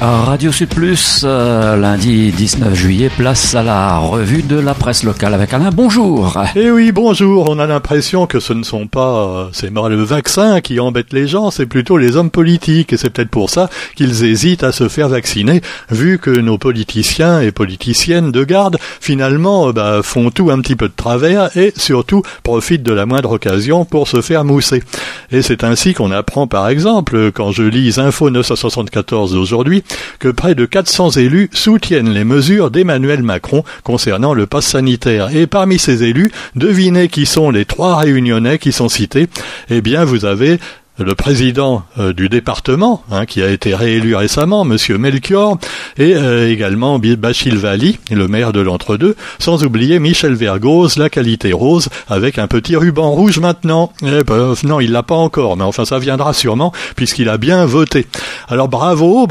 Radio Sud Plus, lundi 19 juillet, place à la revue de la presse locale avec Alain. Bonjour. Eh oui, bonjour. On a l'impression que ce ne sont pas le vaccin qui embête les gens, c'est plutôt les hommes politiques. Et c'est peut-être pour ça qu'ils hésitent à se faire vacciner, vu que nos politiciens et politiciennes de garde, finalement, font tout un petit peu de travers et surtout profitent de la moindre occasion pour se faire mousser. Et c'est ainsi qu'on apprend, par exemple, quand je lis Info 974 d'aujourd'hui, que près de 400 élus soutiennent les mesures d'Emmanuel Macron concernant le pass sanitaire. Et parmi ces élus, devinez qui sont les 3 réunionnais qui sont cités. Eh bien, vous avez le président du département, qui a été réélu récemment, Monsieur Melchior, et également Bachil Vali, le maire de l'Entre-deux, sans oublier Michel Vergoz, la qualité rose, avec un petit ruban rouge maintenant. Non, il l'a pas encore, mais enfin ça viendra sûrement, puisqu'il a bien voté. Alors bravo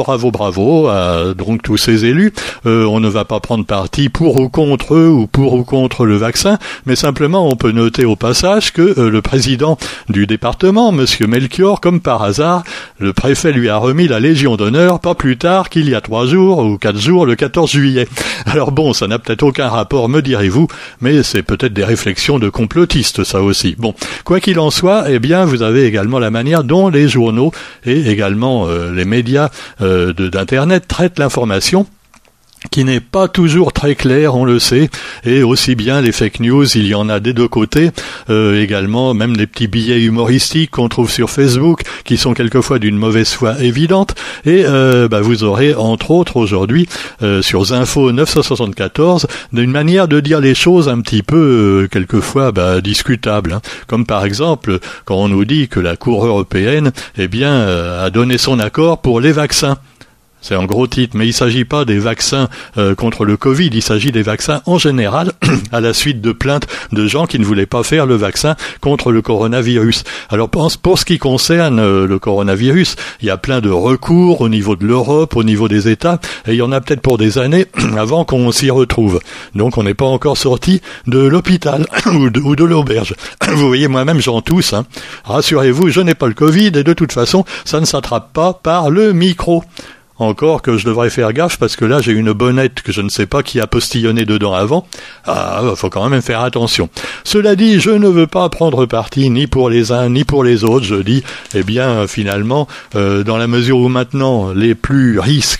à donc tous ces élus. On ne va pas prendre parti pour ou contre eux ou pour ou contre le vaccin, mais simplement on peut noter au passage que le président du département, Monsieur Melchior, comme par hasard, le préfet lui a remis la Légion d'honneur pas plus tard qu'il y a 3 jours ou 4 jours, le 14 juillet. Alors bon, ça n'a peut-être aucun rapport, me direz-vous, mais c'est peut-être des réflexions de complotistes, ça aussi. Bon, quoi qu'il en soit, eh bien, vous avez également la manière dont les journaux et également les médias d'Internet traitent l'information, qui n'est pas toujours très clair, on le sait, et aussi bien les fake news, il y en a des deux côtés, également même les petits billets humoristiques qu'on trouve sur Facebook, qui sont quelquefois d'une mauvaise foi évidente, et vous aurez entre autres aujourd'hui sur Info 974 une manière de dire les choses un petit peu quelquefois discutable, comme par exemple quand on nous dit que la Cour européenne a donné son accord pour les vaccins. C'est un gros titre, mais il ne s'agit pas des vaccins contre le Covid, il s'agit des vaccins en général, à la suite de plaintes de gens qui ne voulaient pas faire le vaccin contre le coronavirus. Alors pour ce qui concerne le coronavirus, il y a plein de recours au niveau de l'Europe, au niveau des États, et il y en a peut-être pour des années avant qu'on s'y retrouve. Donc on n'est pas encore sorti de l'hôpital ou de l'auberge. Vous voyez, moi-même j'en tousse. Rassurez-vous, je n'ai pas le Covid, et de toute façon, ça ne s'attrape pas par le micro. Encore que je devrais faire gaffe parce que là j'ai une bonnette que je ne sais pas qui a postillonné dedans avant. Faut quand même faire attention. Cela dit, je ne veux pas prendre parti ni pour les uns ni pour les autres. Je dis, finalement, dans la mesure où maintenant les plus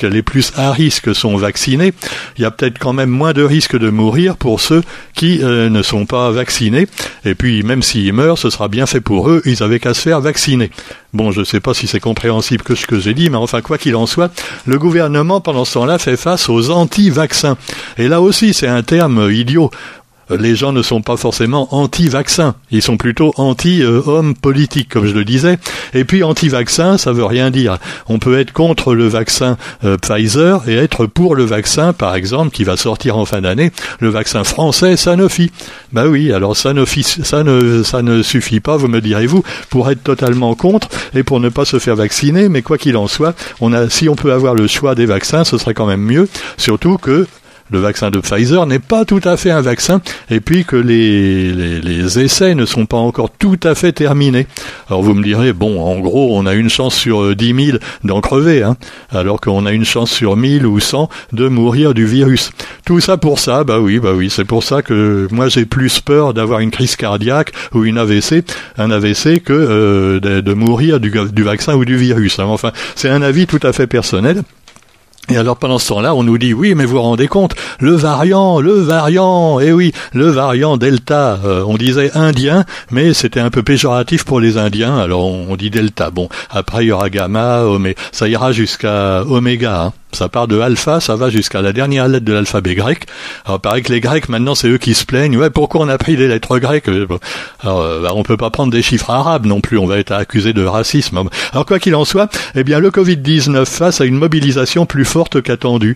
à risque sont vaccinés, il y a peut-être quand même moins de risques de mourir pour ceux qui ne sont pas vaccinés. Et puis même s'ils meurent, ce sera bien fait pour eux. Ils avaient qu'à se faire vacciner. Bon, je ne sais pas si c'est compréhensible que ce que j'ai dit, mais enfin quoi qu'il en soit, le gouvernement pendant ce temps-là fait face aux anti-vaccins. Et là aussi, c'est un terme idiot. Les gens ne sont pas forcément anti-vaccins, ils sont plutôt anti-hommes politiques, comme je le disais. Et puis anti-vaccin, ça veut rien dire. On peut être contre le vaccin Pfizer et être pour le vaccin, par exemple, qui va sortir en fin d'année, le vaccin français Sanofi. Oui, alors Sanofi, ça ne suffit pas, vous me direz-vous, pour être totalement contre et pour ne pas se faire vacciner. Mais quoi qu'il en soit, si on peut avoir le choix des vaccins, ce serait quand même mieux, surtout que le vaccin de Pfizer n'est pas tout à fait un vaccin, et puis que les essais ne sont pas encore tout à fait terminés. Alors vous me direz, en gros, on a une chance sur 10 000 d'en crever, alors qu'on a une chance sur 1000 ou 100 de mourir du virus. Tout ça pour ça, oui, c'est pour ça que moi j'ai plus peur d'avoir une crise cardiaque ou un AVC que de mourir du vaccin ou du virus. Enfin, c'est un avis tout à fait personnel. Et alors pendant ce temps-là, on nous dit oui, mais vous vous rendez compte, le variant, le variant Delta, on disait indien, mais c'était un peu péjoratif pour les Indiens, alors on dit Delta. Bon, après il y aura gamma, ça ira jusqu'à oméga, Ça part de alpha, ça va jusqu'à la dernière lettre de l'alphabet grec. Alors, pareil que les Grecs, maintenant, c'est eux qui se plaignent. Ouais, pourquoi on a pris les lettres grecques? Alors, on peut pas prendre des chiffres arabes non plus. On va être accusé de racisme. Alors, quoi qu'il en soit, le Covid-19 face à une mobilisation plus forte qu'attendue.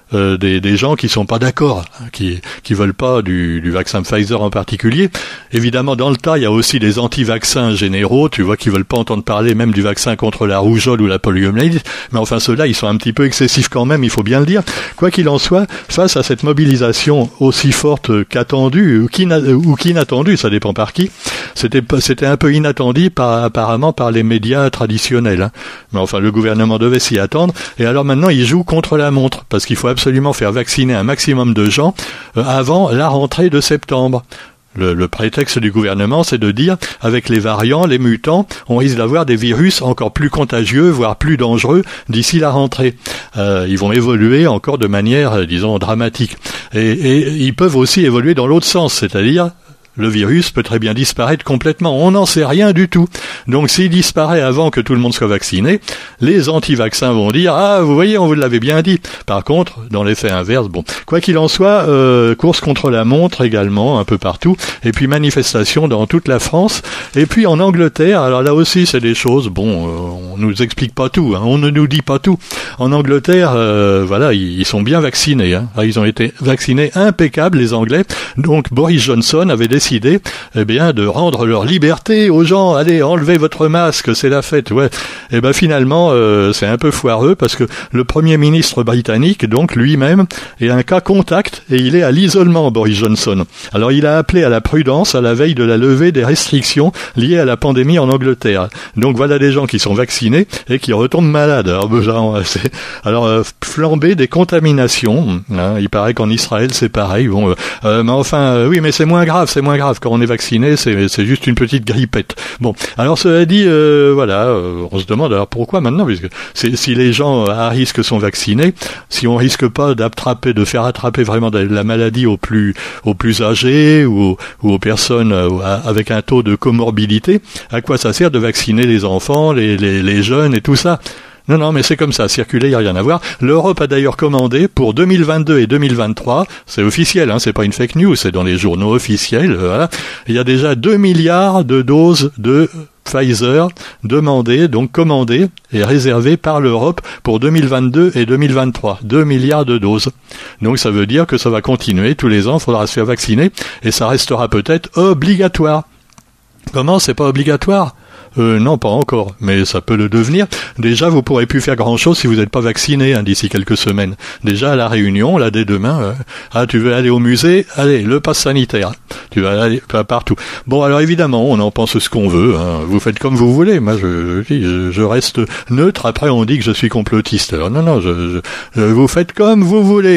des gens qui sont pas d'accord, qui veulent pas du vaccin Pfizer en particulier. Évidemment, dans le tas, il y a aussi des anti-vaccins généraux, tu vois, qui veulent pas entendre parler même du vaccin contre la rougeole ou la poliomyélite. Mais enfin, ceux-là, ils sont un petit peu excessifs quand même, il faut bien le dire. Quoi qu'il en soit, face à cette mobilisation aussi forte qu'attendue ou qu'inattendue, ça dépend par qui, c'était un peu inattendu apparemment par les médias traditionnels. Hein. Mais enfin, le gouvernement devait s'y attendre. Et alors maintenant, il joue contre la montre, parce qu'il faut absolument faire vacciner un maximum de gens avant la rentrée de septembre. Le prétexte du gouvernement, c'est de dire, avec les variants, les mutants, on risque d'avoir des virus encore plus contagieux, voire plus dangereux d'ici la rentrée. Ils vont évoluer encore de manière, disons, dramatique. Et ils peuvent aussi évoluer dans l'autre sens, c'est-à-dire le virus peut très bien disparaître complètement. On n'en sait rien du tout. Donc s'il disparaît avant que tout le monde soit vacciné, les anti-vaccins vont dire « Ah, vous voyez, on vous l'avait bien dit ». Par contre, dans l'effet inverse, bon, quoi qu'il en soit, course contre la montre également, un peu partout, et puis manifestations dans toute la France. Et puis en Angleterre, alors là aussi c'est des choses, bon, on nous explique pas tout, hein, on ne nous dit pas tout. En Angleterre, voilà, ils sont bien vaccinés. Hein. Ils ont été vaccinés impeccables, les Anglais. Donc Boris Johnson avait décidé de rendre leur liberté aux gens. Allez, enlevez votre masque, c'est la fête. Ouais. Et finalement, c'est un peu foireux parce que le Premier ministre britannique, donc lui-même, est un cas contact et il est à l'isolement, Boris Johnson. Alors il a appelé à la prudence à la veille de la levée des restrictions liées à la pandémie en Angleterre. Donc voilà des gens qui sont vaccinés et qui retombent malades. Alors, flambée des contaminations. Hein, il paraît qu'en Israël c'est pareil. Bon, mais enfin, oui, mais c'est moins grave. Quand on est vacciné, c'est juste une petite grippette. Bon, alors cela dit, on se demande alors pourquoi maintenant, puisque si les gens à risque sont vaccinés, si on risque pas de faire attraper vraiment la maladie aux plus âgés ou aux personnes avec un taux de comorbidité, à quoi ça sert de vacciner les enfants, les jeunes et tout ça? Non, mais c'est comme ça, circuler, il n'y a rien à voir. L'Europe a d'ailleurs commandé pour 2022 et 2023, c'est officiel, hein, c'est pas une fake news, c'est dans les journaux officiels, voilà. Il y a déjà 2 milliards de doses de Pfizer demandées, donc commandées et réservées par l'Europe pour 2022 et 2023. 2 milliards de doses. Donc ça veut dire que ça va continuer, tous les ans, il faudra se faire vacciner et ça restera peut-être obligatoire. Comment, c'est pas obligatoire ? Non, pas encore, mais ça peut le devenir. Déjà, vous pourrez plus faire grand-chose si vous n'êtes pas vacciné d'ici quelques semaines. Déjà, à La Réunion, là, dès demain, tu veux aller au musée? Allez, le pass sanitaire. Tu vas aller partout. Bon, alors évidemment, on en pense ce qu'on veut. Hein. Vous faites comme vous voulez. Moi, je reste neutre. Après, on dit que je suis complotiste. Alors non, vous faites comme vous voulez.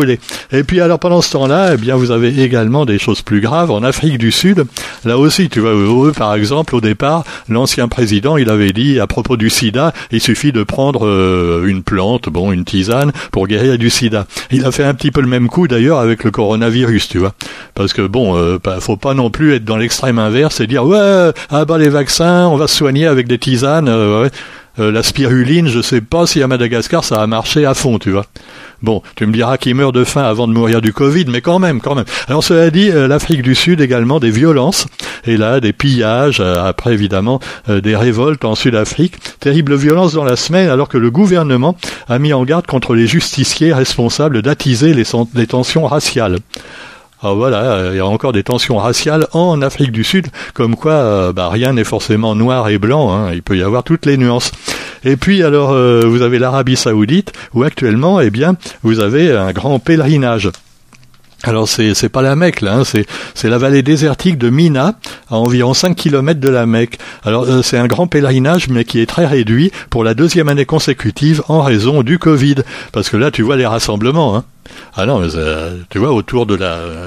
Et puis, alors, pendant ce temps-là, vous avez également des choses plus graves. En Afrique du Sud, là aussi, tu vois, eux, par exemple, au départ, l'ancien président, il avait dit à propos du sida, il suffit de prendre une plante, une tisane, pour guérir du sida. Il a fait un petit peu le même coup d'ailleurs avec le coronavirus, tu vois. Parce que faut pas non plus être dans l'extrême inverse et dire les vaccins, on va se soigner avec des tisanes. La spiruline, je sais pas si à Madagascar ça a marché à fond, tu vois. Bon, tu me diras qu'il meurt de faim avant de mourir du Covid, mais quand même. Alors cela dit, l'Afrique du Sud également, des violences, et là, des pillages, après évidemment, des révoltes en Sud-Afrique. Terrible violence dans la semaine, alors que le gouvernement a mis en garde contre les justiciers responsables d'attiser les tensions raciales. Alors voilà, il y a encore des tensions raciales en Afrique du Sud, comme quoi rien n'est forcément noir et blanc, hein, il peut y avoir toutes les nuances. Et puis alors, vous avez l'Arabie Saoudite, où actuellement, vous avez un grand pèlerinage. Alors c'est pas la Mecque là, c'est la vallée désertique de Mina, à environ 5 km de la Mecque. Alors c'est un grand pèlerinage mais qui est très réduit pour la 2e année consécutive en raison du Covid. Parce que là tu vois les rassemblements, hein. Ah non, mais tu vois, autour de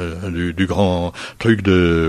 du grand truc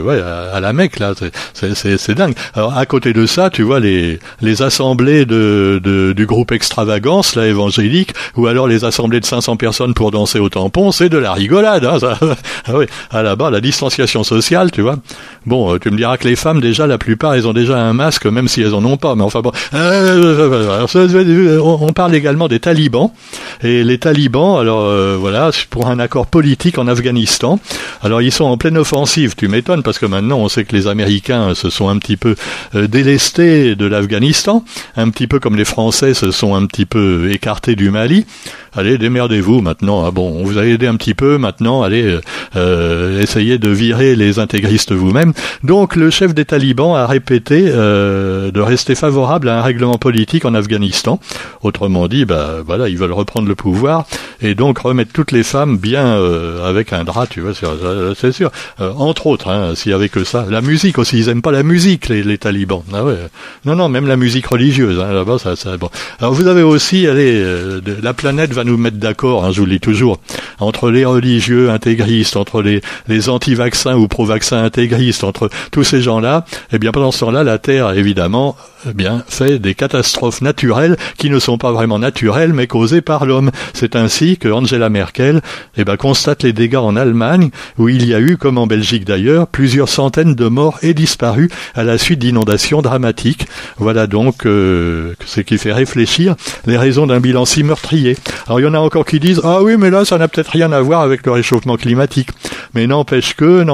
à la Mecque, là, c'est dingue. Alors, à côté de ça, tu vois, les assemblées du groupe Extravagance, là, évangélique, ou alors les assemblées de 500 personnes pour danser au tampon, c'est de la rigolade, hein, ça. Ah oui, là-bas, la distanciation sociale, tu vois. Bon, tu me diras que les femmes, déjà, la plupart, elles ont déjà un masque, même si elles en ont pas, mais enfin bon. Alors, on parle également des talibans, et les talibans, alors, voilà, pour un accord politique en Afghanistan. Alors ils sont en pleine offensive, tu m'étonnes, parce que maintenant on sait que les Américains se sont un petit peu délestés de l'Afghanistan, un petit peu comme les Français se sont un petit peu écartés du Mali. Allez, démerdez-vous maintenant. Ah bon, on vous a aidé un petit peu, maintenant, allez, essayez de virer les intégristes vous-même. Donc le chef des talibans a répété de rester favorable à un règlement politique en Afghanistan. Autrement dit, voilà, ils veulent reprendre le pouvoir et donc remettre toutes les femmes bien avec un drap, tu vois, c'est sûr. Entre autres, hein, s'il y avait que ça. La musique aussi, ils aiment pas la musique, les talibans. Ah ouais. Non, même la musique religieuse, hein, là-bas, ça bon. Alors vous avez aussi, allez, la planète va nous mettre d'accord, hein, je vous le dis toujours, entre les religieux intégristes, entre les anti-vaccins ou pro-vaccins intégristes, entre tous ces gens-là, eh bien pendant ce temps-là, la Terre, évidemment, fait des catastrophes naturelles qui ne sont pas vraiment naturelles, mais causées par l'homme. C'est ainsi que Angela Merkel, constate les dégâts en Allemagne, où il y a eu, comme en Belgique d'ailleurs, plusieurs centaines de morts et disparus à la suite d'inondations dramatiques. Voilà donc ce qui fait réfléchir les raisons d'un bilan si meurtrier. Alors il y en a encore qui disent « Ah oui, mais là, ça n'a peut-être rien à voir avec le réchauffement climatique. » Mais n'empêche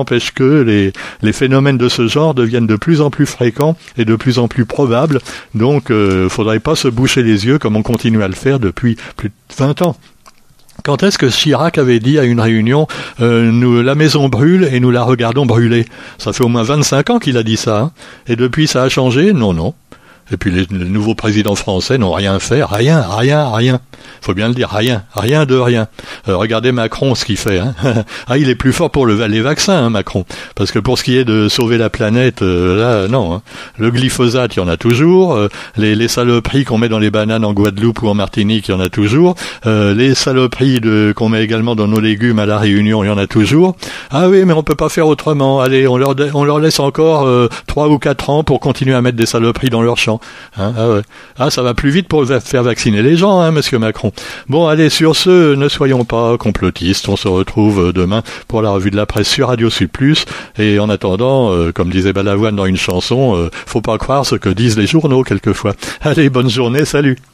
que les phénomènes de ce genre deviennent de plus en plus fréquents et de plus en plus probables. Donc, faudrait pas se boucher les yeux comme on continue à le faire depuis plus de 20 ans. Quand est-ce que Chirac avait dit à une réunion la maison brûle et nous la regardons brûler? Ça fait au moins 25 ans qu'il a dit ça. Hein. Et depuis, ça a changé? Non. Et puis les nouveaux présidents français n'ont rien fait, rien. Faut bien le dire, rien de rien. Regardez Macron, ce qu'il fait. Hein. Il est plus fort pour les vaccins, hein, Macron. Parce que pour ce qui est de sauver la planète, là, non. Hein. Le glyphosate, il y en a toujours. Les saloperies qu'on met dans les bananes en Guadeloupe ou en Martinique, il y en a toujours. Les saloperies qu'on met également dans nos légumes à La Réunion, il y en a toujours. Ah oui, mais on peut pas faire autrement. Allez, on leur laisse encore 3 ou 4 ans pour continuer à mettre des saloperies dans leurs champs. Hein, ça va plus vite pour faire vacciner les gens, hein, monsieur Macron. Bon, allez, sur ce, ne soyons pas complotistes. On se retrouve demain pour la revue de la presse sur Radio Sud Plus. Et en attendant, comme disait Balavoine dans une chanson, faut pas croire ce que disent les journaux quelquefois. Allez, bonne journée, salut.